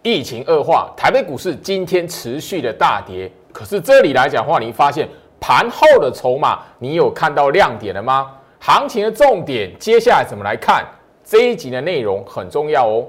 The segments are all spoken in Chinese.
疫情恶化，台北股市今天持续的大跌。可是这里来讲的话，你发现盘后的筹码，你有看到亮点了吗？行情的重点，接下来怎么来看？这一集的内容很重要哦。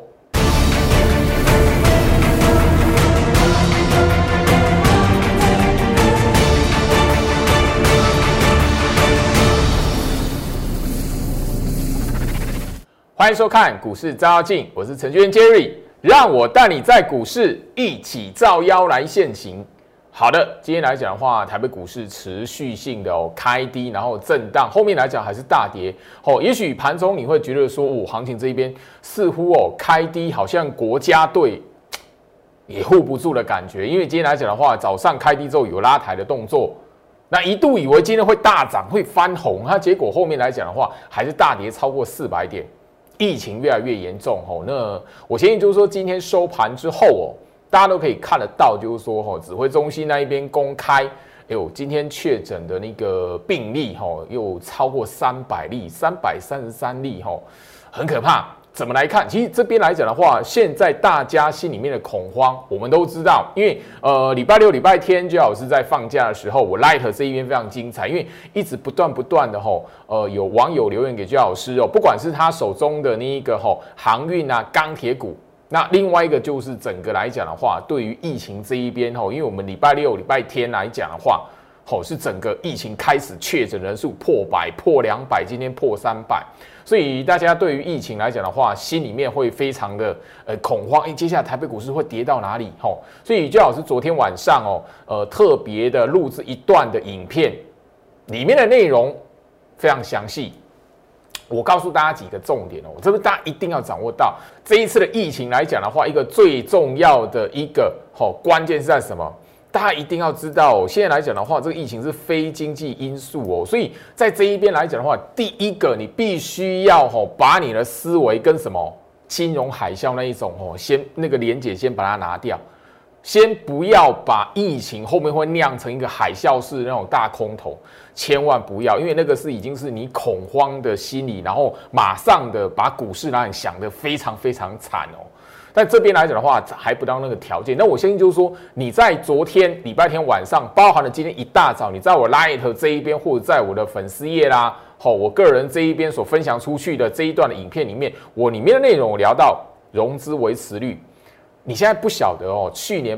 欢迎收看股市照妖镜，我是程序员 Jerry， 让我带你在股市一起照妖来现行。好的，今天来讲的话，台北股市持续性的开低，然后震荡，后面来讲还是大跌。也许盘中你会觉得说，行情这一边似乎开低，好像国家队也护不住的感觉。因为今天来讲的话，早上开低之后有拉抬的动作，那一度以为今天会大涨会翻红，它结果后面来讲的话，还是大跌超过400点。疫情越来越严重那我建议就是说，今天收盘之后大家都可以看得到，就是说指挥中心那一边公开，今天确诊的那个病例又超过300例，333例很可怕。怎么来看？其实这边来讲的话，现在大家心里面的恐慌，我们都知道，因为礼拜六、礼拜天，就老师在放假的时候，我 Light 这一边非常精彩，因为一直不断的有网友留言给居老师不管是他手中的那一个航运啊、钢铁股，那另外一个就是整个来讲的话，对于疫情这一边因为我们礼拜六、礼拜天来讲的话，是整个疫情开始确诊人数破100、破200，今天破300。所以大家对于疫情来讲的话，心里面会非常的恐慌。接下来台北股市会跌到哪里？所以居老师昨天晚上特别的录制一段的影片，里面的内容非常详细。我告诉大家几个重点这个大家一定要掌握到。这一次的疫情来讲的话，一个最重要的一个关键是在什么？大家一定要知道现在来讲的话，这个疫情是非经济因素所以在这一边来讲的话，第一个你必须要把你的思维跟什么金融海啸那一种先那个连结先把它拿掉，先不要把疫情后面会酿成一个海啸式的那种大空头，千万不要，因为那个已经是你恐慌的心理，然后马上的把股市让你想得非常非常惨但这边来讲的话，还不到那个条件。那我相信就是说，你在昨天礼拜天晚上，包含了今天一大早，你在我 Light 这一边，或者在我的粉丝页啦，我个人这一边所分享出去的这一段的影片里面，我里面的内容我聊到融资维持率，你现在不晓得去年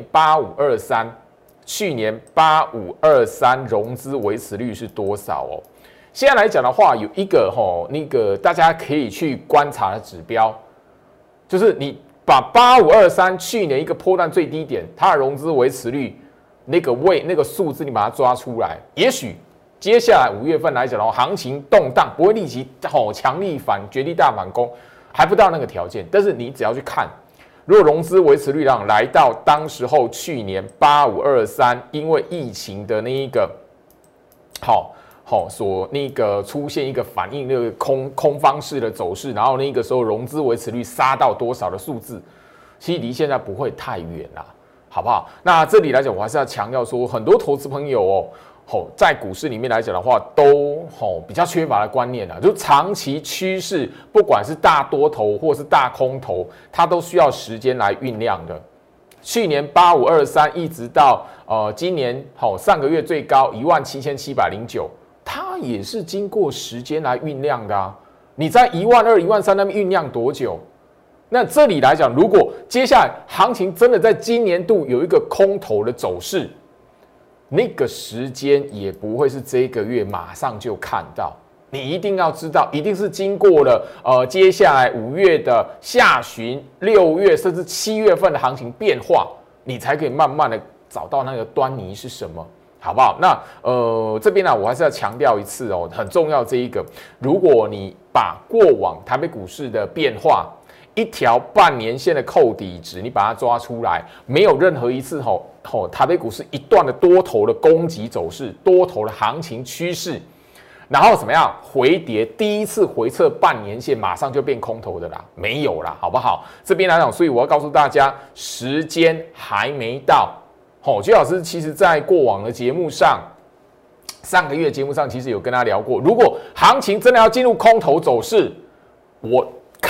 8523融资维持率是多少现在来讲的话，有一个那个大家可以去观察的指标，就是你把8523去年一个波段最低点，它的融资维持率那个数字，你把它抓出来，也许接下来5月份来讲的话，行情动荡不会立即强力绝地大反攻，还不到那个条件。但是你只要去看，如果融资维持率来到当时候去年8523，因为疫情的那一个所那个出现一个反应，那个空方式的走势，然后那个时候融资维持率杀到多少的数字，其实离现在不会太远啦，好不好？那这里来讲，我还是要强调说，很多投资朋友在股市里面来讲的话，都比较缺乏的观念就长期趋势，不管是大多头或是大空头，它都需要时间来酝酿的。去年8523一直到今年上个月最高17709。它也是经过时间来酝酿的你在12000、13000那边酝酿多久？那这里来讲，如果接下来行情真的在今年度有一个空头的走势，那个时间也不会是这个月马上就看到。你一定要知道，一定是经过了接下来5月的下旬、6月甚至7月份的行情变化，你才可以慢慢的找到那个端倪是什么。好不好？那这边呢，我还是要强调一次很重要这一个，如果你把过往台北股市的变化一条半年线的扣底值，你把它抓出来，没有任何一次台北股市一段的多头的攻击走势，多头的行情趋势，然后怎么样回跌，第一次回撤半年线马上就变空头的啦，没有啦，好不好？这边来讲，所以我要告诉大家，时间还没到。居老师其实在过往的节目上，上个月节目上其实有跟他聊过，如果行情真的要进入空头走势，我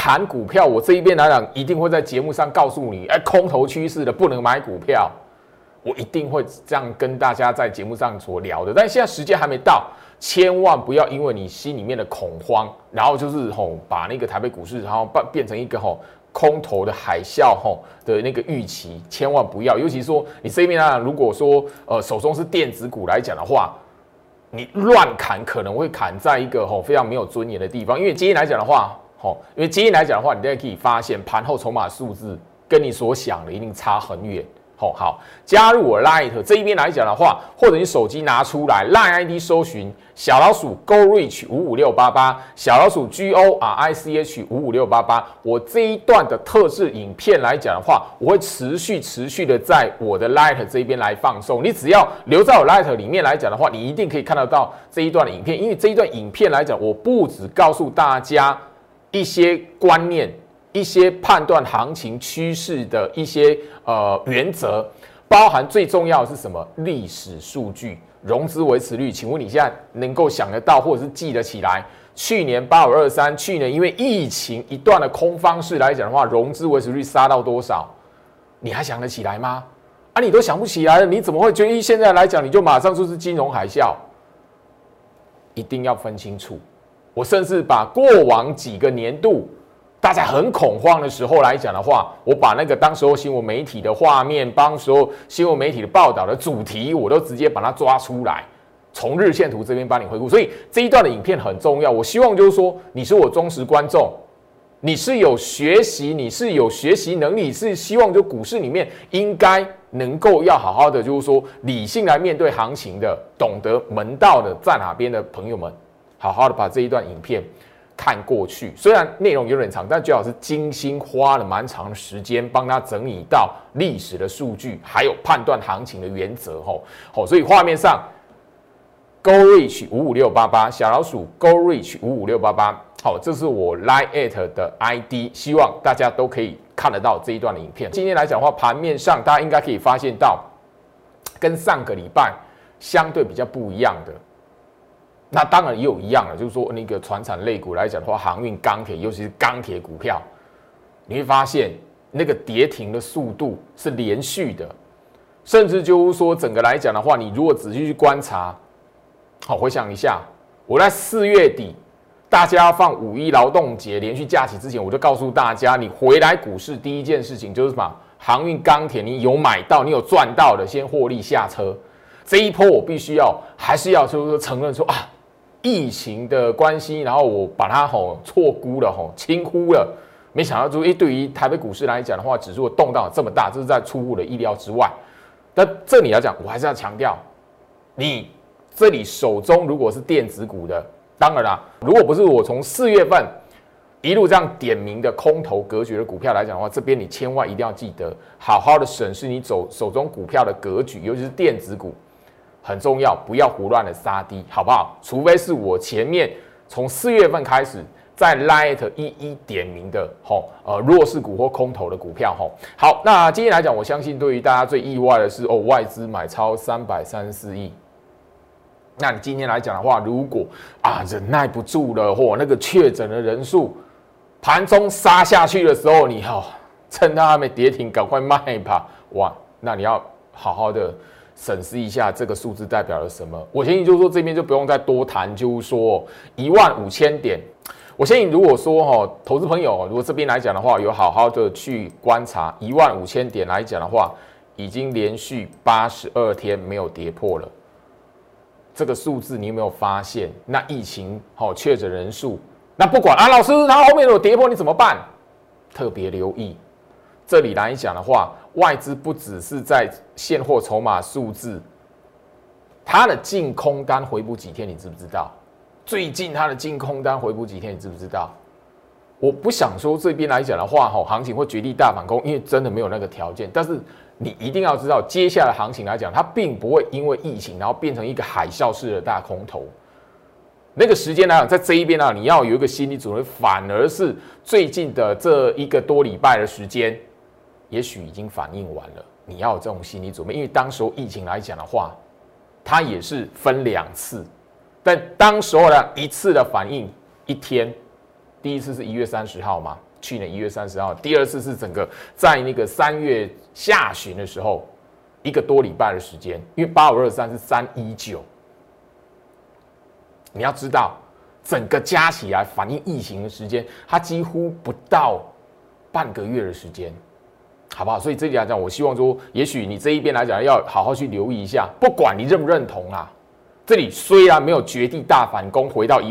谈股票，我这一边来讲，一定会在节目上告诉你，空头趋势的不能买股票，我一定会这样跟大家在节目上所聊的。但现在时间还没到，千万不要因为你心里面的恐慌，然后就是把那个台北股市，然后变成一个空头的海啸的那个预期，千万不要。尤其说你这边啊，如果说手中是电子股来讲的话，你乱砍可能会砍在一个非常没有尊严的地方。因为今天来讲的话，你大家可以发现盘后筹码数字跟你所想的一定差很远。好，加入我 Lite 这一边来讲的话，或者你手机拿出来 Line ID 搜寻小老鼠 Go Reach 55688，小老鼠 GORICH 55688。我这一段的特制影片来讲的话，我会持续的在我的 Lite 这一边来放送。你只要留在我 Lite 里面来讲的话，你一定可以看得到这一段的影片。因为这一段影片来讲，我不只告诉大家一些观念，一些判断行情趋势的一些原则，包含最重要的是什么？历史数据、融资维持率。请问你现在能够想得到，或者是记得起来？去年8523，去年因为疫情一段的空方式来讲的话，融资维持率杀到多少？你还想得起来吗？你都想不起来了，你怎么会觉得现在来讲你就马上就是金融海啸？一定要分清楚。我甚至把过往几个年度大家很恐慌的时候来讲的话，我把那个当时候新闻媒体的画面，当时候新闻媒体的报道的主题，我都直接把它抓出来，从日线图这边帮你回顾。所以这一段的影片很重要，我希望就是说你是我忠实观众，你是有学习，你是有学习能力，是希望就股市里面应该能够要好好的就是说理性来面对行情的，懂得门道的在哪边的朋友们，好好的把这一段影片看过去。虽然内容有点长，但最好是精心花了蛮长的时间帮他整理到历史的数据，还有判断行情的原则。所以画面上 Go Reach 55688，小老鼠 Go Reach 55688。好，这是我 Line@ 的 ID， 希望大家都可以看得到这一段的影片。今天来讲的话，盘面上大家应该可以发现到，跟上个礼拜相对比较不一样的。那当然也有一样的，就是说那个传产类股来讲的话，航运、钢铁，尤其是钢铁股票，你会发现那个跌停的速度是连续的，甚至就是说整个来讲的话，你如果仔细去观察，好，回想一下，我在4月底，大家要放5·1劳动节连续假期之前，我就告诉大家，你回来股市第一件事情就是什么？航运、钢铁，你有买到，你有赚到的，先获利下车。这一波我必须还是要就是说承认说啊。疫情的关系，然后我把它错估了轻忽了，没想到对于台北股市来讲的话，指数的动荡这么大，这是在出乎的意料之外。但这里来讲，我还是要强调，你这里手中如果是电子股的，当然啦，如果不是我从4月份一路这样点名的空头格局的股票来讲的话，这边你千万一定要记得，好好的审视你手中股票的格局，尤其是电子股。很重要，不要胡乱的杀低，好不好？除非是我前面从4月份开始在 Lite 一点名的弱势股或空头的股票好，那今天来讲，我相信对于大家最意外的是外资买超334亿。那你今天来讲的话，如果忍耐不住了，或那个确诊的人数盘中杀下去的时候，你趁它还没跌停，赶快卖吧！哇，那你要好好的审视一下这个数字代表了什么。我建议就是说这边就不用再多谈，就是说15000点。我建议如果说投资朋友如果这边来讲的话，有好好的去观察15000点来讲的话，已经连续82天没有跌破了。这个数字你有没有发现？那疫情确诊人数，那不管老师，然后后面有跌破你怎么办？特别留意。这里来讲的话，外资不只是在现货筹码数字，它的净空单回补几天，你知不知道？最近它的净空单回补几天，你知不知道？我不想说这边来讲的话，行情会绝地大反攻，因为真的没有那个条件。但是你一定要知道，接下来行情来讲，它并不会因为疫情然后变成一个海啸式的大空头。那个时间来讲，在这一边你要有一个心理准备，反而是最近的这1个多礼拜的时间。也许已经反应完了，你要有这种心理准备，因为当时候疫情来讲的话，它也是分2次，但当时候呢1次的反应1天，第一次是1月30号嘛去年1月30号，第二次是整个在那个3月下旬的时候，1个多礼拜的时间，因为8523是319，你要知道，整个加起来反映疫情的时间，它几乎不到半个月的时间。好不好？所以这里来讲，我希望说，也许你这一边来讲，要好好去留意一下，不管你认不认同啊。这里虽然没有绝地大反攻，回到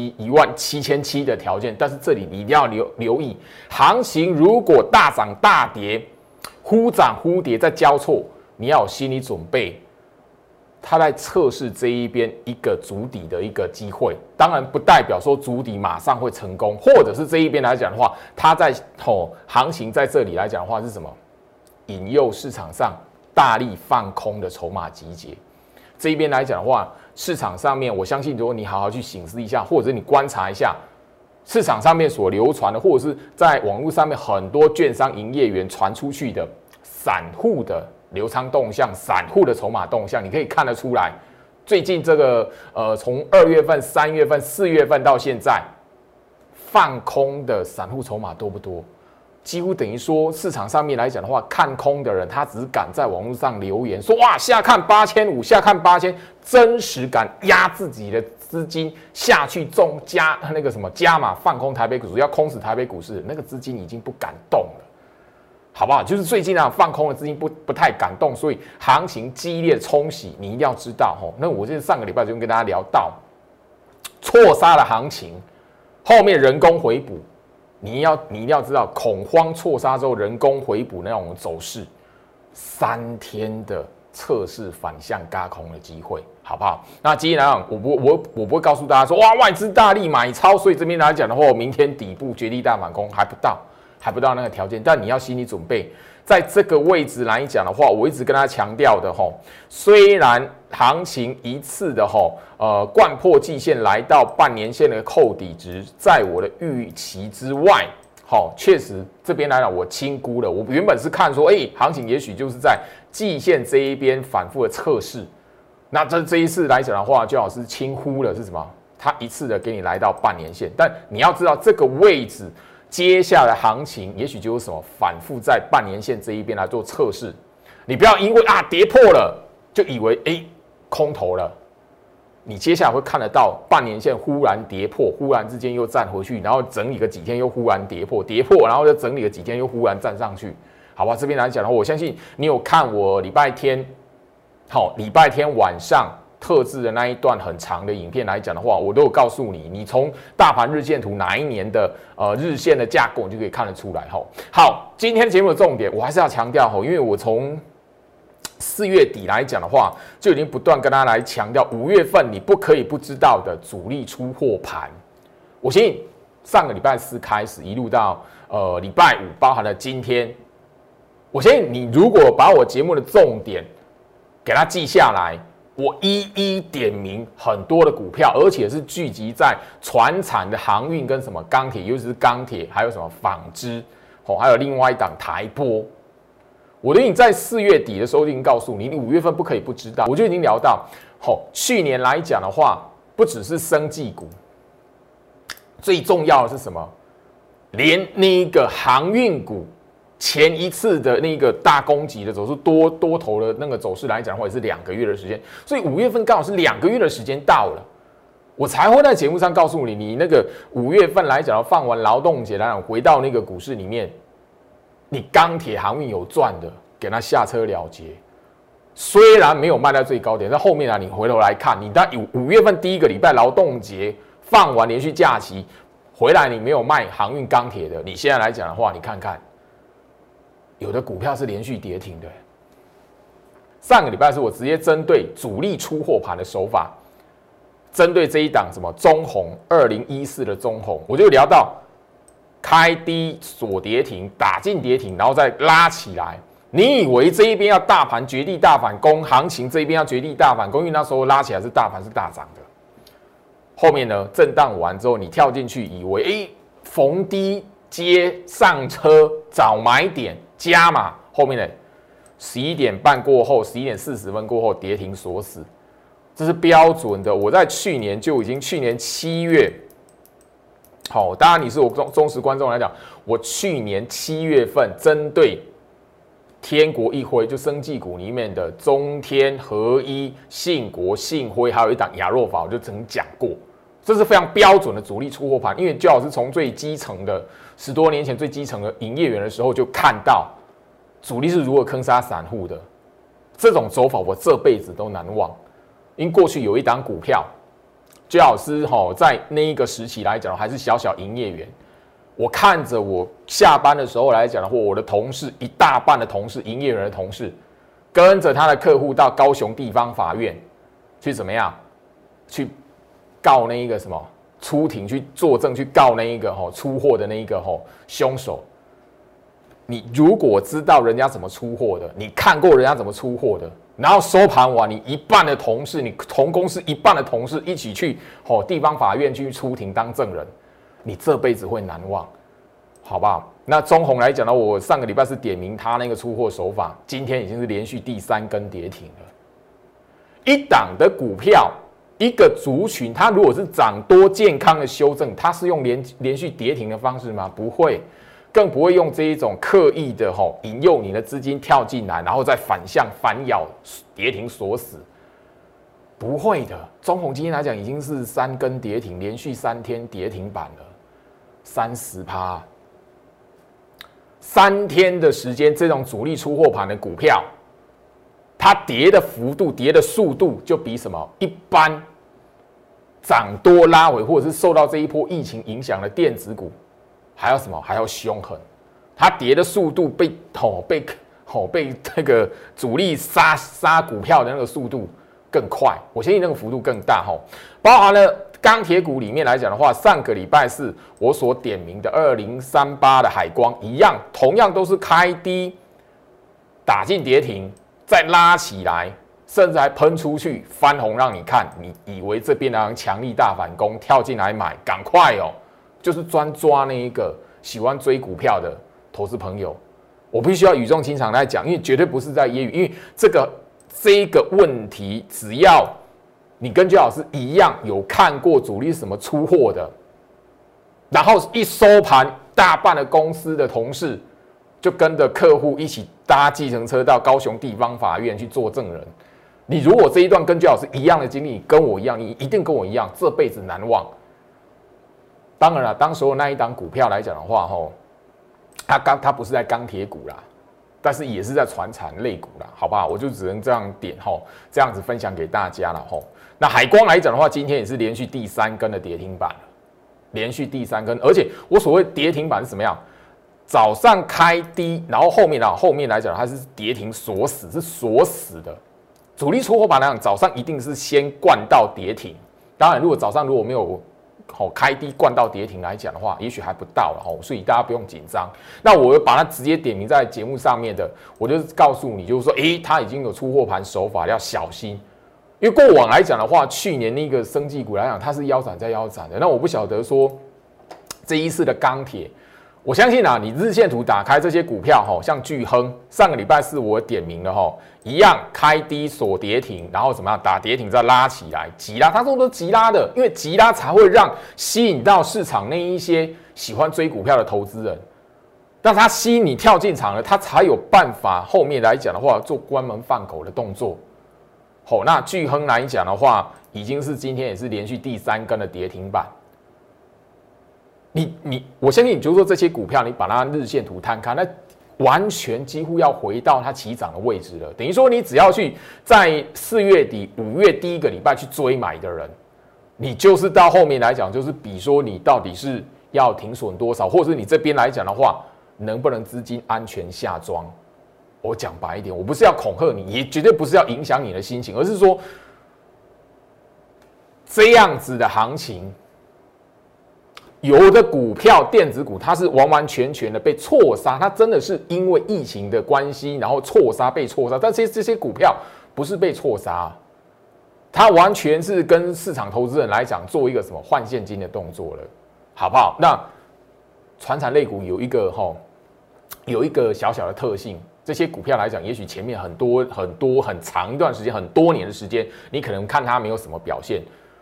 17700的条件，但是这里你一定要留意，行情如果大涨大跌，忽涨忽跌在交错，你要有心理准备。它在测试这一边一个筑底的一个机会，当然不代表说筑底马上会成功，或者是这一边来讲的话，它在行情在这里来讲的话是什么？引诱市场上大力放空的筹码集结。这一边来讲的话，市场上面我相信，如果你好好去省思一下，或者你观察一下市场上面所流传的，或者是在网络上面很多券商营业员传出去的散户的流仓动向，散户的筹码动向，你可以看得出来，最近这个从2月份、3月份、4月份到现在，放空的散户筹码多不多？几乎等于说市场上面来讲的话，看空的人他只敢在网络上留言说哇下看8500，下看8000，真实敢压自己的资金下去加那个什么加码放空台北股市，要空死台北股市，那个资金已经不敢动了。好不好？就是最近啊，放空的资金不太敢动，所以行情激烈冲洗，你一定要知道吼。那我就是上个礼拜就跟大家聊到，错杀了行情，后面人工回补，你一定要知道，恐慌错杀之后人工回补那种走势，3天的测试反向轧空的机会，好不好？那今天来讲，我不会告诉大家说哇外资大力买超，所以这边来讲的话，明天底部绝地大反攻还不到那个条件，但你要心理准备，在这个位置来讲的话，我一直跟大家强调的吼，虽然行情一次的掼破季线来到半年线的扣底值，在我的预期之外，确实这边来讲我轻估了，我原本是看说，行情也许就是在季线这一边反复的测试，那这一次来讲的话，就好是轻忽了是什么？它一次的给你来到半年线，但你要知道这个位置。接下来行情也许就有什么反复在半年线这一边来做测试，你不要因为跌破了就以为空头了，你接下来会看得到半年线忽然跌破，忽然之间又站回去，然后整理个几天又忽然跌破，然后又整理个几天又忽然站上去，好吧？这边来讲的话，我相信你有看我礼拜天晚上特制的那一段很长的影片来讲的话，我都有告诉你，你从大盘日线图哪一年的日线的架构，你就可以看得出来。好，今天节目的重点，我还是要强调因为我从4月底来讲的话，就已经不断跟大家来强调，5月份你不可以不知道的主力出货盘。我相信上个礼拜4开始一路到礼拜5，包含了今天，我相信你如果把我节目的重点给它记下来。我一一点名很多的股票，而且是聚集在传产的航运跟什么钢铁，尤其是钢铁，还有什么纺织，还有另外一档台玻。我已经在4月底的时候已经告诉你，你5月份不可以不知道。我就已经聊到，去年来讲的话，不只是生技股，最重要的是什么？连那个航运股。前一次的那个大攻击的走势，多头的那个走势来讲的话，也是2个月的时间，所以5月份刚好是2个月的时间到了，我才会在节目上告诉你，你那个5月份来讲，放完劳动节来讲，回到那个股市里面，你钢铁航运有赚的，给它下车了结。虽然没有卖在最高点，但后面你回头来看，你在5月份第一个礼拜劳动节放完连续假期回来，你没有卖航运钢铁的，你现在来讲的话，你看看。有的股票是连续跌停的。上个礼拜是我直接针对主力出货盘的手法，针对这一档什么中鸿2014的中鸿，我就聊到开低锁跌停，打进跌停，然后再拉起来。你以为这一边要大盘绝地大反攻，行情这一边要绝地大反攻，因为那时候拉起来是大盘是大涨的。后面呢震荡完之后，你跳进去以为逢低接上车找买点。加码后面的11点半过后，11点40分过后跌停锁死，这是标准的。我在去年7月好，当然你是我忠实观众来讲，我去年7月份针对天国一辉就生技股里面的中天、合一、信国、信辉，还有一档亚若法，我就曾讲过，这是非常标准的主力出货盘，因为最好是从最基层的10多年前最基层的营业员的时候就看到主力是如何坑杀散户的，这种走法我这辈子都难忘。因为过去有一档股票，最好是在那一个时期来讲，还是小小营业员。我看着我下班的时候来讲的话，我的同事一大半的同事，营业员的同事，跟着他的客户到高雄地方法院去怎么样？去告那一个什么出庭去作证，去告那一个出货的那一个凶手。你如果知道人家怎么出货的，你看过人家怎么出货的，然后收盘完，你一半的同事，你同公司一半的同事一起去地方法院去出庭当证人，你这辈子会难忘，好不好？那中鸿来讲呢，我上个礼拜是点名他那个出货手法，今天已经是连续第3根跌停了。一档的股票，一个族群，它如果是涨多健康的修正，它是用连续跌停的方式吗？不会。更不会用这一种刻意的引诱你的资金跳进来，然后再反向反咬跌停锁死，不会的。中鸿今天来讲已经是3根跌停，连续3天跌停板了，30%。3天的时间，这种主力出货盘的股票，它跌的幅度、跌的速度，就比什么一般涨多拉回，或者是受到这一波疫情影响的电子股。还要什么？还要凶狠，它跌的速度被那个主力杀股票的那个速度更快，我相信那个幅度更大包含了钢铁股里面来讲的话，上个礼拜四我所点名的2038的海光一样，同样都是开低打进跌停，再拉起来，甚至还喷出去翻红让你看，你以为这边的强力大反攻跳进来买，赶快就是专抓那一个喜欢追股票的投资朋友，我必须要语重心长来讲，因为绝对不是在揶揄，因为这个问题，只要你跟姜老师一样有看过主力是什么出货的，然后一收盘，大半的公司的同事就跟着客户一起搭计程车到高雄地方法院去做证人。你如果这一段跟姜老师一样的经历，跟我一样，你一定跟我一样，这辈子难忘。当然了，当时候那一档股票来讲的话，它不是在钢铁股啦，但是也是在传产类股啦，好不好？我就只能这样点这样子分享给大家了那海光来讲的话，今天也是连续第3根的跌停板了，连续第3根，而且我所谓跌停板是怎么样？早上开低，然后后面来讲它是跌停锁死，是锁死的。主力出货盘来讲，早上一定是先灌到跌停。当然，如果早上如果没有开低灌到跌停来讲的话，也许还不到了所以大家不用紧张。那我把它直接点名在节目上面的，我就是告诉你，就是说，它已经有出货盘手法，要小心。因为过往来讲的话，去年那个生技股来讲，它是腰斩在腰斩的。那我不晓得说这一次的钢铁，我相信你日线图打开这些股票像巨亨，上个礼拜四我点名了一样开低锁跌停，然后怎么样打跌停再拉起来，急拉，它这都急拉的，因为急拉才会让吸引到市场那一些喜欢追股票的投资人，让它吸引你跳进场了，它才有办法后面来讲的话做关门放口的动作。那巨亨来讲的话，已经是今天也是连续第3根的跌停板。我相信你就是说这些股票，你把它日线图摊开，那完全几乎要回到它起涨的位置了。等于说，你只要去在4月底、5月第1个礼拜去追买的人，你就是到后面来讲，就是比说你到底是要停损多少，或者是你这边来讲的话，能不能资金安全下庄？我讲白一点，我不是要恐吓你，也绝对不是要影响你的心情，而是说这样子的行情。有的股票电子股它是完完全全的被错杀，它真的是因为疫情的关系，然后被错杀。但这些股票不是被错杀，它完全是跟市场投资人来讲做一个什么换现金的动作了，好不好？那传产类股有一个小小的特性，这些股票来讲，也许前面很长一段时间，很多年的时间，你可能看它没有什么表现。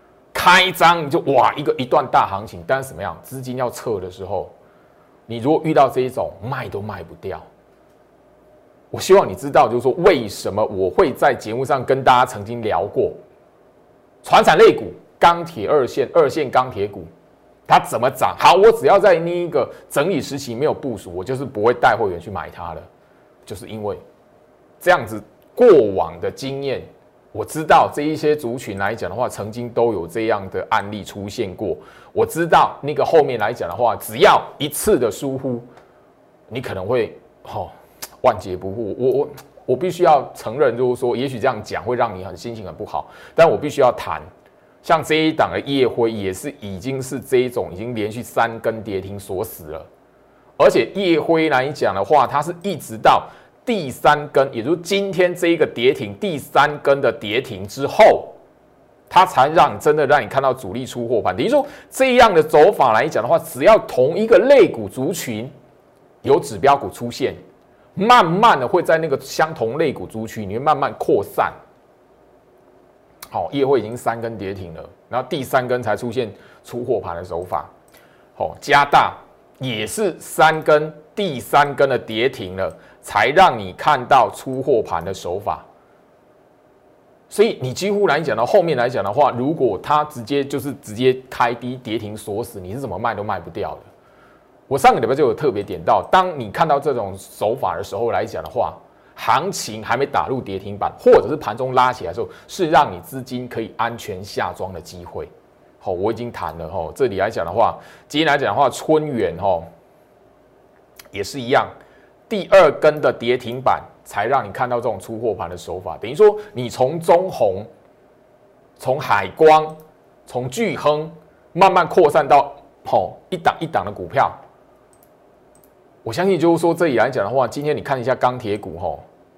开张就哇一段大行情，但是怎么样？资金要撤的时候，你如果遇到这一种卖都卖不掉，我希望你知道，就是说为什么我会在节目上跟大家曾经聊过，传产类股、钢铁二线钢铁股，它怎么涨？好，我只要在那一个整理时期没有部署，我就是不会带会员去买它了，就是因为这样子过往的经验。我知道这一些族群来讲的话，曾经都有这样的案例出现过。我知道那个后面来讲的话，只要一次的疏忽，你可能会万劫不复。我必须要承认，就是说，也许这样讲会让你心情很不好，但我必须要谈，像这一档的业辉也是已经是这一种已经连续3根跌停锁死了，而且业辉来讲的话，它是一直到第3根，也就是今天这一个跌停，第3根的跌停之后，它才真的让你看到主力出货盘。等于说这样的走法来讲的话，只要同一个类股族群有指标股出现，慢慢的会在那个相同类股族群里面慢慢扩散。好，业辉已经3根跌停了，然后第3根才出现出货盘的手法。加大也是3根，第3根的跌停了。才让你看到出货盘的手法，所以你几乎来讲到后面来讲的话，如果它直接开低跌停锁死，你是怎么卖都卖不掉的。我上个礼拜就有特别点到，当你看到这种手法的时候来讲的话，行情还没打入跌停板，或者是盘中拉起来的时候，是让你资金可以安全下庄的机会。我已经谈了这里来讲的话，今天来讲的话，春元也是一样。第2根的跌停板才让你看到这种出货盘的手法，等于说你从中鸿、从海光、从巨亨慢慢扩散到一档一档的股票。我相信就是说这里来讲的话，今天你看一下钢铁股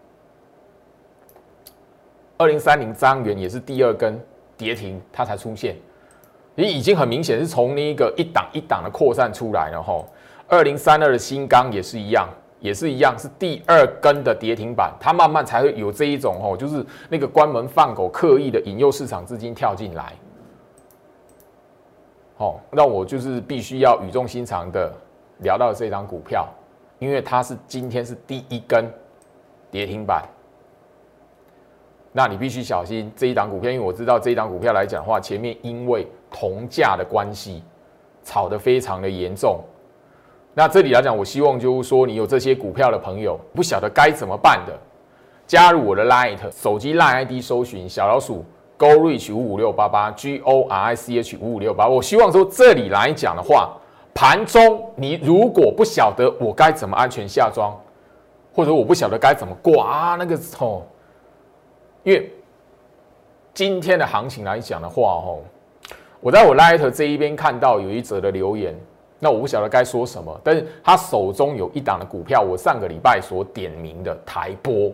2030彰源也是第2根跌停，它才出现，你已经很明显是从那个一档一档的扩散出来了2032的新钢也是一样。是第2根的跌停板，它慢慢才会有这一种就是那个关门放狗，刻意的引诱市场资金跳进来。那我就是必须要语重心长的聊到这张股票，因为它是今天是第1根跌停板，那你必须小心这一档股票，因为我知道这一档股票来讲的话，前面因为同价的关系，炒得非常的严重。那这里来讲，我希望就是说，你有这些股票的朋友，不晓得该怎么办的，加入我的 Line， 手机 Line ID 搜寻小老鼠 GoRich 55688 GORICH 55688。我希望说这里来讲的话，盘中你如果不晓得我该怎么安全下庄，或者我不晓得该怎么挂那个因为今天的行情来讲的话我在我 Line 这一边看到有一则的留言。那我不晓得该说什么，但是他手中有一档的股票，我上个礼拜所点名的台波，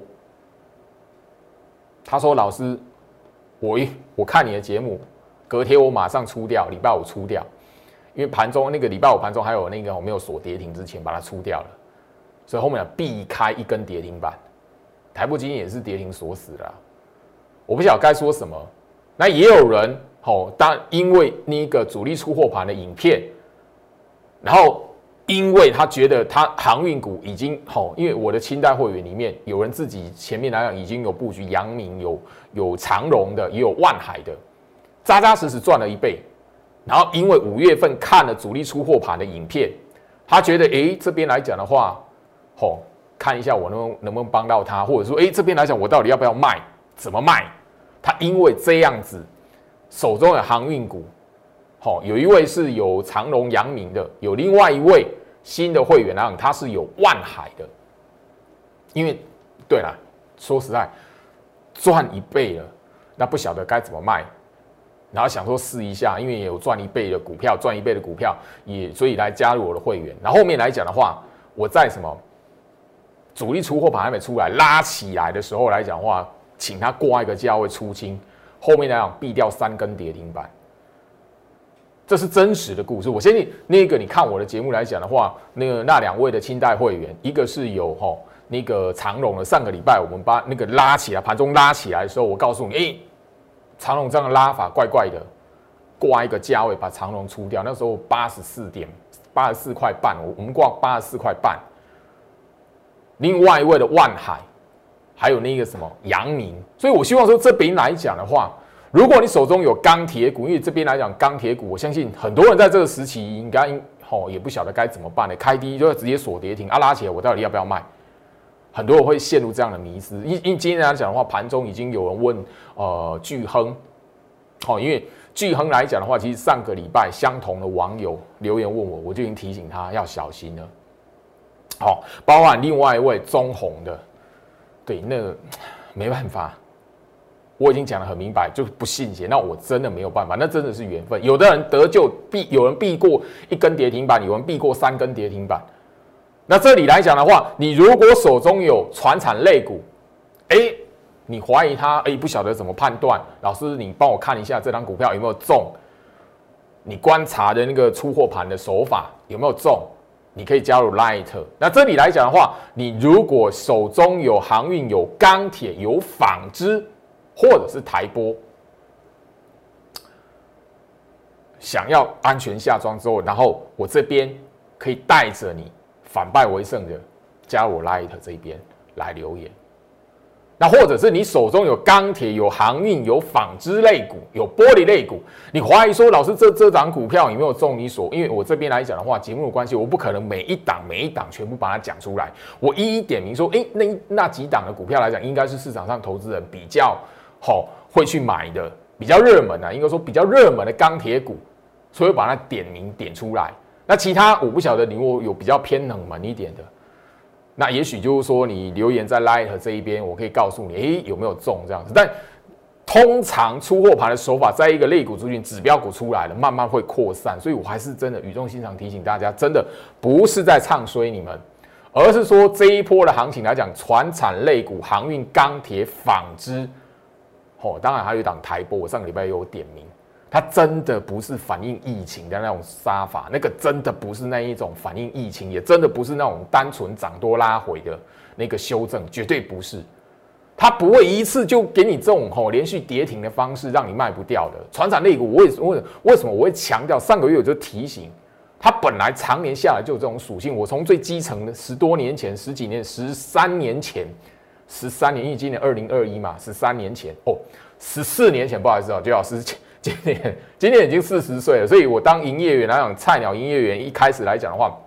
他说老师，我看你的节目，隔天我马上出掉，礼拜5出掉，因为盘中那个礼拜5盘中还有那个没有锁跌停之前把它出掉了，所以后面避开1根跌停板，台波今天也是跌停锁死了，我不晓得该说什么。那也有人因为那个主力出货盘的影片。然后，因为他觉得他航运股已经因为我的清代会员里面有人自己前面来讲已经有布局阳明，有长荣的，也有万海的，扎扎实实赚了1倍。然后因为5月份看了主力出货盘的影片，他觉得这边来讲的话，看一下我能不能帮到他，或者说这边来讲我到底要不要卖，怎么卖？他因为这样子手中的航运股。有一位是有长荣、阳明的，有另外一位新的会员来讲，他是有万海的。因为，对啦，说实在，赚1倍了，那不晓得该怎么卖，然后想说试一下，因为也有赚1倍的股票，所以来加入我的会员。然后后面来讲的话，我在主力出货盘还没出来拉起来的时候来讲的话，请他挂一个价位出清，后面来讲避掉3根跌停板。这是真实的故事。我相信那个你看我的节目来讲的话，那2位的清代会员，一个是有那个长荣的，上个礼拜我们把那个拉起来，盘中拉起来的时候，我告诉你，长荣这样的拉法怪怪的， 挂一个价位把长荣出掉，那时候84块半，我们挂84块半。另外一位的万海，还有那个什么阳明，所以我希望说这边来讲的话，如果你手中有钢铁股，因为这边来讲钢铁股，我相信很多人在这个时期应该也不晓得该怎么办呢，开低就直接锁跌停啊，拉起来我到底要不要卖？很多人会陷入这样的迷思。因今天来讲的话，盘中已经有人问巨亨，因为巨亨来讲的话，其实上个礼拜相同的网友留言问我，我就已经提醒他要小心了。包含另外一位中红的，对，那个没办法，我已经讲得很明白，就不信邪，那我真的没有办法，那真的是缘分。有的人得救有人避过1根跌停板，有人避过3根跌停板。那这里来讲的话，你如果手中有传产类股，你怀疑它，不晓得怎么判断，老师你帮我看一下这张股票有没有中，你观察的那个出货盘的手法有没有中，你可以加入 Light。那这里来讲的话，你如果手中有航运、有钢铁、有纺织，或者是台玻，想要安全下庄之后，然后我这边可以带着你反败为胜的，加入 Light 这边来留言。那或者是你手中有钢铁、有航运、有纺织类股、有玻璃类股，你怀疑说老师这档股票有没有中你所？因为我这边来讲的话，节目的关系，我不可能每一档全部把它讲出来，我一一点名说，那几档的股票来讲，应该是市场上投资人比较会去买的，比较热门应该说比较热门的钢铁股，所以我把它点名点出来。那其他我不晓得你如果有比较偏冷门一点的。那也许就是说，你留言在 Light 这一边，我可以告诉你，有没有中这样子。但通常出货盘的手法，在一个类股族群指标股出来了，慢慢会扩散。所以我还是真的语重心长提醒大家，真的不是在唱衰你们，而是说这一波的行情来讲，传产类股、航运、钢铁、纺织，当然还有一档台玻，我上个礼拜也有点名。它真的不是反映疫情的那种杀法，那个真的不是那一种反映疫情，也真的不是那种单纯涨多拉回的那个修正，绝对不是。它不会一次就给你这种连续跌停的方式让你卖不掉的。传产类股，为什么我会强调？上个月我就提醒，它本来常年下来就有这种属性。我从最基层的13年前，因为今年2021嘛，13年前14年前，不好意思就要今年已经40岁了，所以我当营业员来讲，菜鸟营业员一开始来讲的话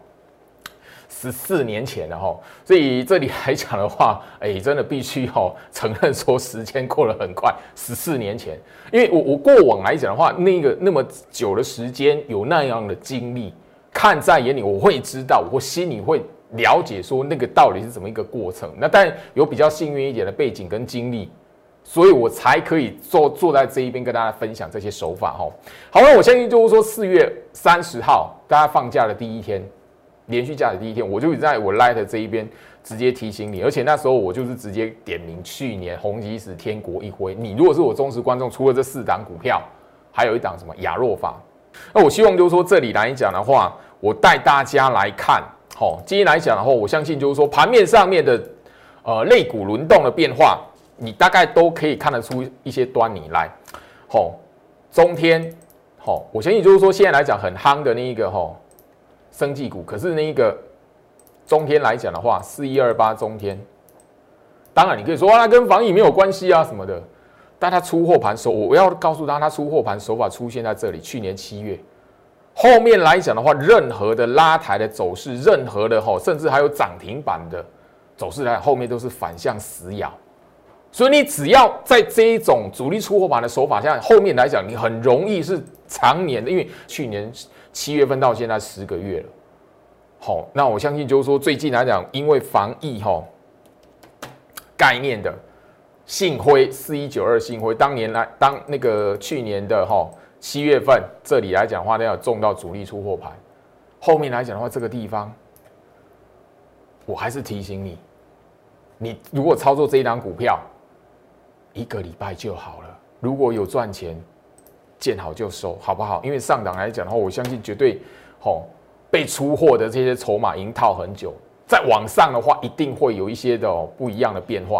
，14年前了所以这里来讲的话，真的必须承认说时间过得很快，14年前，因为我过往来讲的话，那么久的时间有那样的经历，看在眼里，我会知道，我心里会了解说那个到底是怎么一个过程。那当然有比较幸运一点的背景跟经历。所以我才可以坐在这一边跟大家分享这些手法好，那我相信就是说4月30号大家放假的第一天，连续假的第一天，我就在我 Light 这一边直接提醒你，而且那时候我就是直接点名去年宏基石、天国一辉。你如果是我忠实观众，除了这4档股票，还有一档什么亚若法。那我希望就是说这里来讲的话，我带大家来看今天来讲的话，我相信就是说盘面上面的类股轮动的变化。你大概都可以看得出一些端倪来，中天，我相信就是说现在来讲很夯的那一个生技股，可是那一个中天来讲的话，4128中天，当然你可以说它跟防疫没有关系啊什么的，但它出货盘我要告诉它出货盘手法出现在这里，去年7月，后面来讲的话，任何的拉抬的走势，任何的甚至还有涨停板的走势来，后面都是反向死咬。所以你只要在这一种主力出货盘的手法下，后面来讲，你很容易是常年的，因为去年7月份到现在10个月了。那我相信就是说，最近来讲，因为防疫概念的信辉4192信辉，当那个去年的7月份这里来讲的话，要中到主力出货盘，后面来讲的话，这个地方，我还是提醒你，你如果操作这一档股票。1个礼拜就好了，如果有赚钱，见好就收，好不好？因为上档来讲的话，我相信绝对被出货的这些筹码已经套很久，在往上的话，一定会有一些的不一样的变化。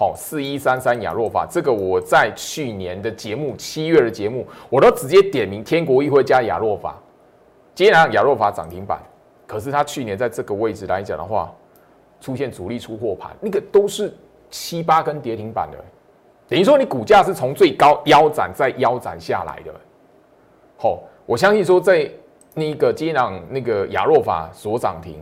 好，4133亚若法，这个我在去年的节目7月的节目，我都直接点名天国议会加亚若法，今天亚若法涨停板，可是它去年在这个位置来讲的话，出现主力出货盘，那个都是7、8根跌停板的，等于说你股价是从最高腰斩再腰斩下来的。好，我相信说在那个今天那个亚若法所涨停。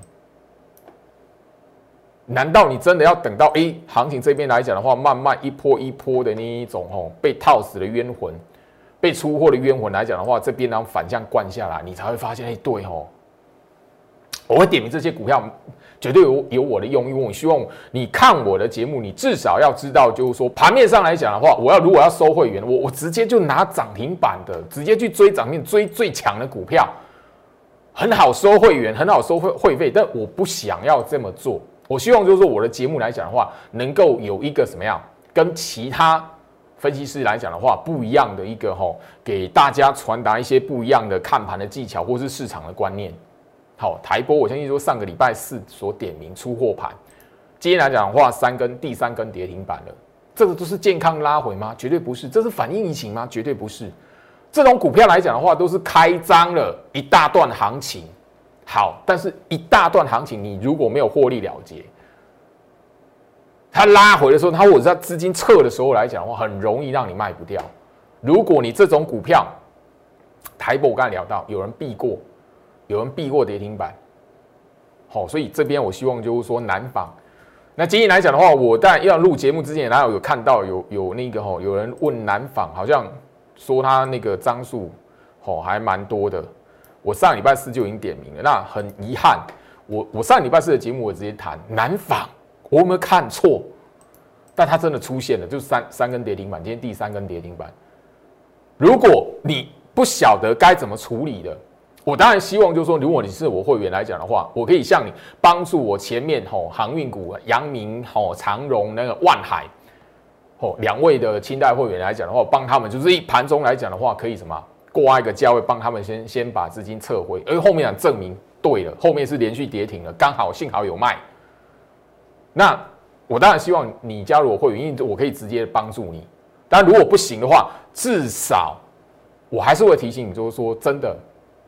难道你真的要等到行情这边来讲的话，慢慢一波一波的那一种被套死的冤魂，被出货的冤魂来讲的话，这边然后反向灌下来，你才会发现，对我会点名这些股票，绝对有我的用意。我希望你看我的节目，你至少要知道，就是说盘面上来讲的话，如果要收会员，我直接就拿涨停板的，直接去追涨停，追最强的股票，很好收会员，很好收会费，但我不想要这么做。我希望就是说我的节目来讲的话，能够有一个什么样跟其他分析师来讲的话不一样的一个给大家传达一些不一样的看盘的技巧或是市场的观念。好，台波我相信说上个礼拜4所点名出货盘，今天来讲的话第三根跌停板了，这个都是健康拉回吗？绝对不是。这是反映疫情吗？绝对不是。这种股票来讲的话，都是开张了一大段行情。好，但是一大段行情，你如果没有获利了结，它拉回的时候，或者是它资金撤的时候来讲的话，很容易让你卖不掉。如果你这种股票，台博我刚才聊到，有人避过跌停板，好，所以这边我希望就是说南纺。那今天来讲的话，我在要录节目之前，有看到有那个有人问南纺，好像说他那个张数还蛮多的。我上礼拜4就已经点名了，那很遗憾，我上礼拜4的节目我直接谈南纺，我有没有看错？但它真的出现了，就是三根跌停板，今天第3根跌停板。如果你不晓得该怎么处理的，我当然希望就是说，如果你是我会员来讲的话，我可以向你帮助我前面航运股阳明长荣那个万海2位的清代会员来讲的话，帮他们就是一盘中来讲的话，可以什么？挂一个价位，帮他们先把资金撤回，而后面证明对了，后面是连续跌停了，幸好有卖。那我当然希望你加入我会员，因为我可以直接帮助你。但如果不行的话，至少我还是会提醒你，就是说真的，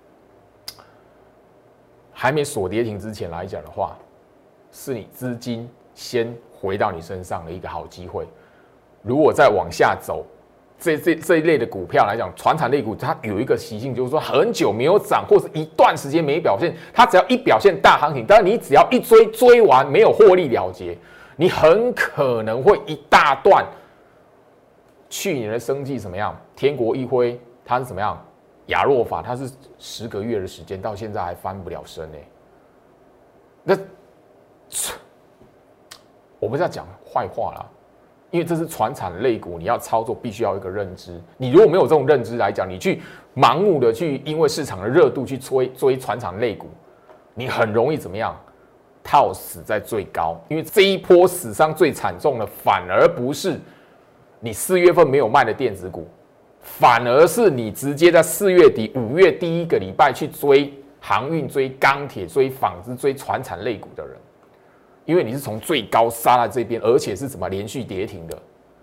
还没锁跌停之前来讲的话，是你资金先回到你身上的一个好机会。如果再往下走，这一类的股票来讲，传产类股它有一个习性，就是说很久没有涨，或者一段时间没表现，它只要一表现大行情，但你只要一追完没有获利了结，你很可能会一大段。去年的生技怎么样？天国一辉它是怎么样？亚若法它是10个月的时间，到现在还翻不了身那我不是要讲坏话啦。因为这是传产类股，你要操作必须要有一个认知。你如果没有这种认知来讲，你去盲目的去因为市场的热度去追传产类股，你很容易怎么样？套死在最高。因为这一波死伤最惨重的，反而不是你4月份没有卖的电子股，反而是你直接在4月底、5月第一个礼拜去追航运、追钢铁、追纺织、追传产类股的人。因为你是从最高杀在这边，而且是怎么连续跌停的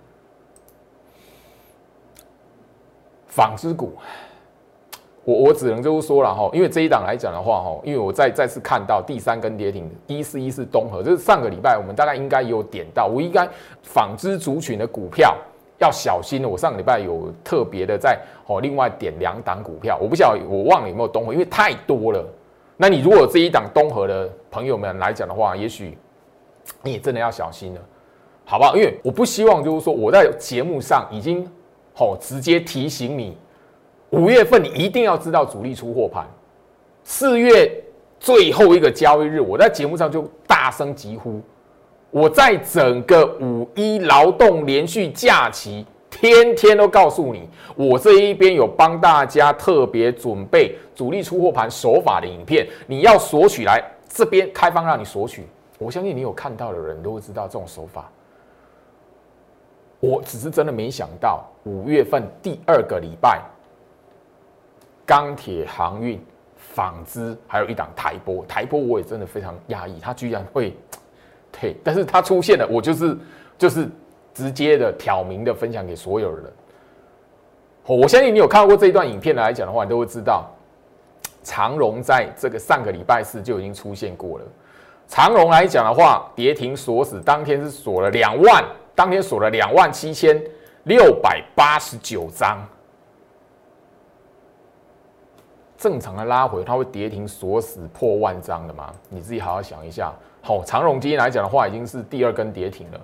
纺织股，我只能就是说了因为这一档来讲的话因为我再次看到第3根跌停1414东河，这是上个礼拜我们大概应该有点到，我应该纺织族群的股票要小心了。我上个礼拜有特别的在另外点2档股票，我不晓得我忘了有没有东河，因为太多了。那你如果这一档东河的朋友们来讲的话，也许你也真的要小心了，好不好？因为我不希望就是说我在节目上已经直接提醒你，5月份你一定要知道主力出货盘，4月最后一个交易日，我在节目上就大声疾呼，我在整个5·1劳动连续假期，天天都告诉你，我这一边有帮大家特别准备主力出货盘手法的影片，你要索取来这边开放让你索取。我相信你有看到的人都会知道这种手法。我只是真的没想到5月份第2个礼拜，钢铁、航运、纺织，还有一档台波，我也真的非常讶异，它居然会，对，但是它出现了，我就是直接的挑明的分享给所有人。我相信你有看过这一段影片来讲的话，你都会知道，长荣在这个上个礼拜四就已经出现过了。长荣来讲的话，跌停锁死，当天是锁了2万，当天锁了27689张。正常的拉回，它会跌停锁死破万张的吗？你自己好好想一下。长荣今天来讲的话，已经是第2根跌停了。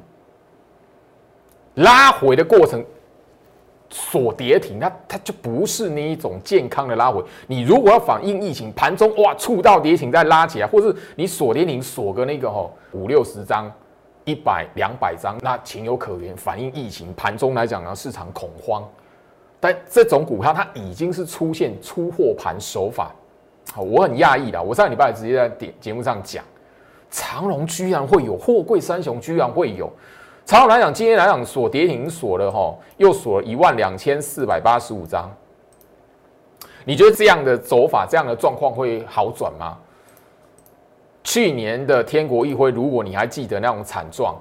拉回的过程锁跌停，它就不是那一种健康的拉回。你如果要反映疫情，盘中哇触到跌停再拉起来，或是你锁跌停锁个那个50-60张、100、200张，那情有可原，反映疫情。盘中来讲呢，市场恐慌。但这种股票它已经是出现出货盘手法，我很讶异的。我上个礼拜直接在节目上讲，长荣居然会有，货柜三雄居然会有。长荣来讲，今天来讲锁跌停锁了又锁了12485张。你觉得这样的走法、这样的状况会好转吗？去年的天国议会，如果你还记得那种惨状，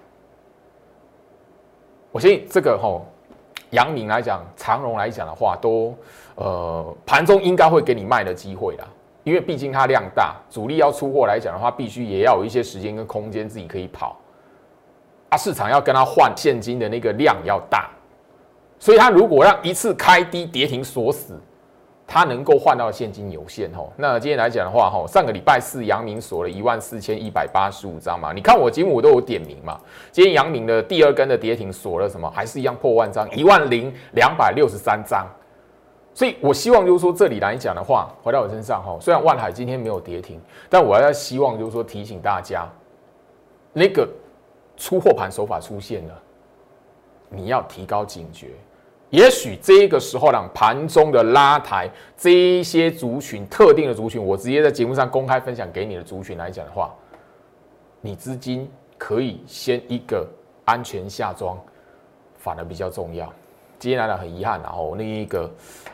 我相信这个阳明来讲，长荣来讲的话，都盘中应该会给你卖的机会啦，因为毕竟它量大，主力要出货来讲的话，必须也要有一些时间跟空间自己可以跑，市场要跟它换现金的那个量要大，所以它如果让一次开低跌停锁死，它能够换到的现金有限那今天来讲的话上个礼拜四阳明锁了14185张嘛，你看我节目我都有点名嘛。今天阳明的第2根的跌停锁了什么？还是一样破万张，10263张。所以我希望就是说这里来讲的话，回到我身上虽然万海今天没有跌停，但我要希望就是说提醒大家，那个出货盘手法出现了，你要提高警觉。也许这个时候让盘中的拉抬，这一些族群特定的族群，我直接在节目上公开分享给你的族群来讲的话，你资金可以先一个安全下庄，反而比较重要。今天来讲很遗憾，然后那一个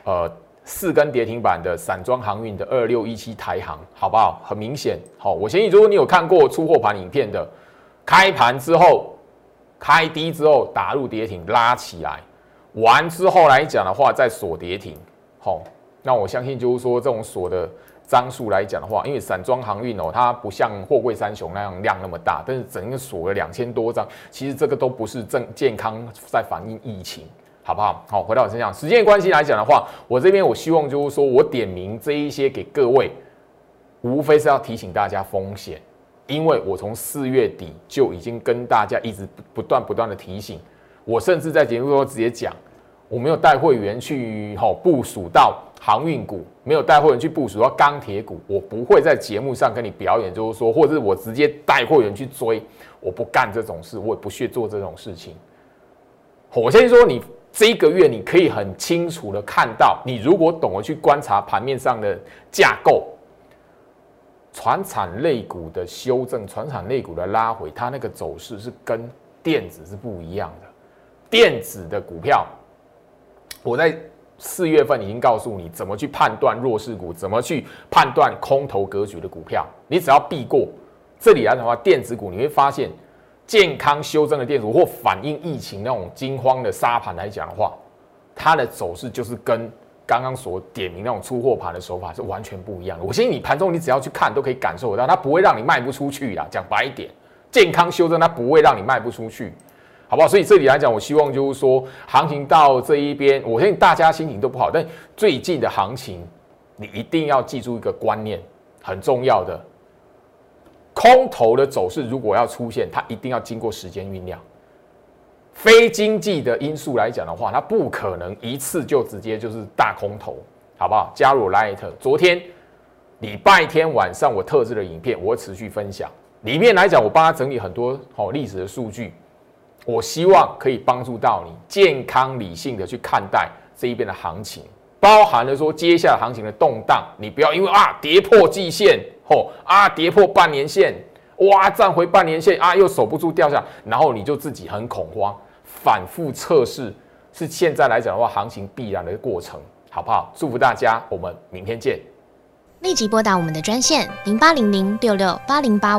4根跌停板的散装航运的2617台航，好不好？很明显，我相信如果你有看过出货盘影片的，开盘之后开低之后打入跌停拉起来。完之后来讲的话，再锁跌停，那我相信就是说这种锁的张数来讲的话，因为散装航运它不像货柜三雄那样量那么大，但是整个锁了2000多张，其实这个都不是健康在反映疫情，好不好？回到我身上，时间的关系来讲的话，我这边我希望就是说我点名这一些给各位，无非是要提醒大家风险，因为我从4月底就已经跟大家一直不断的提醒。我甚至在节目中直接讲，我没有带会员去部署到航运股，没有带会员去部署到钢铁股，我不会在节目上跟你表演，就是说，或者是我直接带会员去追，我不干这种事，我也不屑做这种事情。我先说，你这个月你可以很清楚的看到，你如果懂得去观察盘面上的架构，传产类股的修正，传产类股的拉回，它那个走势是跟电子是不一样的。电子的股票，我在4月份已经告诉你怎么去判断弱势股，怎么去判断空头格局的股票。你只要避过这里来的话，电子股你会发现，健康修正的电子股或反映疫情那种惊慌的杀盘来讲的话，它的走势就是跟刚刚所点名那种出货盘的手法是完全不一样的。我相信你盘中你只要去看都可以感受得到，它不会让你卖不出去啦。讲白一点，健康修正它不会让你卖不出去。好不好？所以这里来讲，我希望就是说，行情到这一边，我相信大家心情都不好，但最近的行情，你一定要记住一个观念，很重要的，空头的走势如果要出现，它一定要经过时间酝酿。非经济的因素来讲的话，它不可能一次就直接就是大空头，好不好？加入 Light， 昨天礼拜天晚上我特制的影片，我会持续分享，里面来讲，我帮他整理很多历史的数据。我希望可以帮助到你健康理性的去看待这一边的行情，包含了说接下来行情的动荡，你不要因为跌破季线，跌破半年线，站回半年线又守不住掉下，然后你就自己很恐慌，反复测试是现在来讲的话，行情必然的过程，好不好？祝福大家，我们明天见。 立即拨打我们的专线0800668085。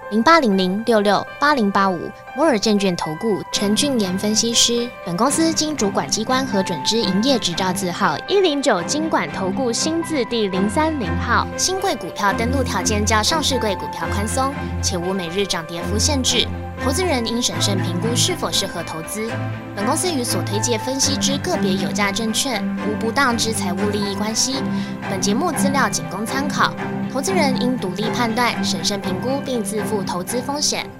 0800668085摩尔证券投顾陈俊言分析师。本公司经主管机关核准之营业执照字号109金管投顾新字第030号。新贵股票登录条件较上市贵股票宽松，且无每日涨跌幅限制。投资人应审慎评估是否适合投资。本公司与所推介分析之个别有价证券无不当之财务利益关系。本节目资料仅供参考，投资人应独立判断、审慎评估并自负投资风险。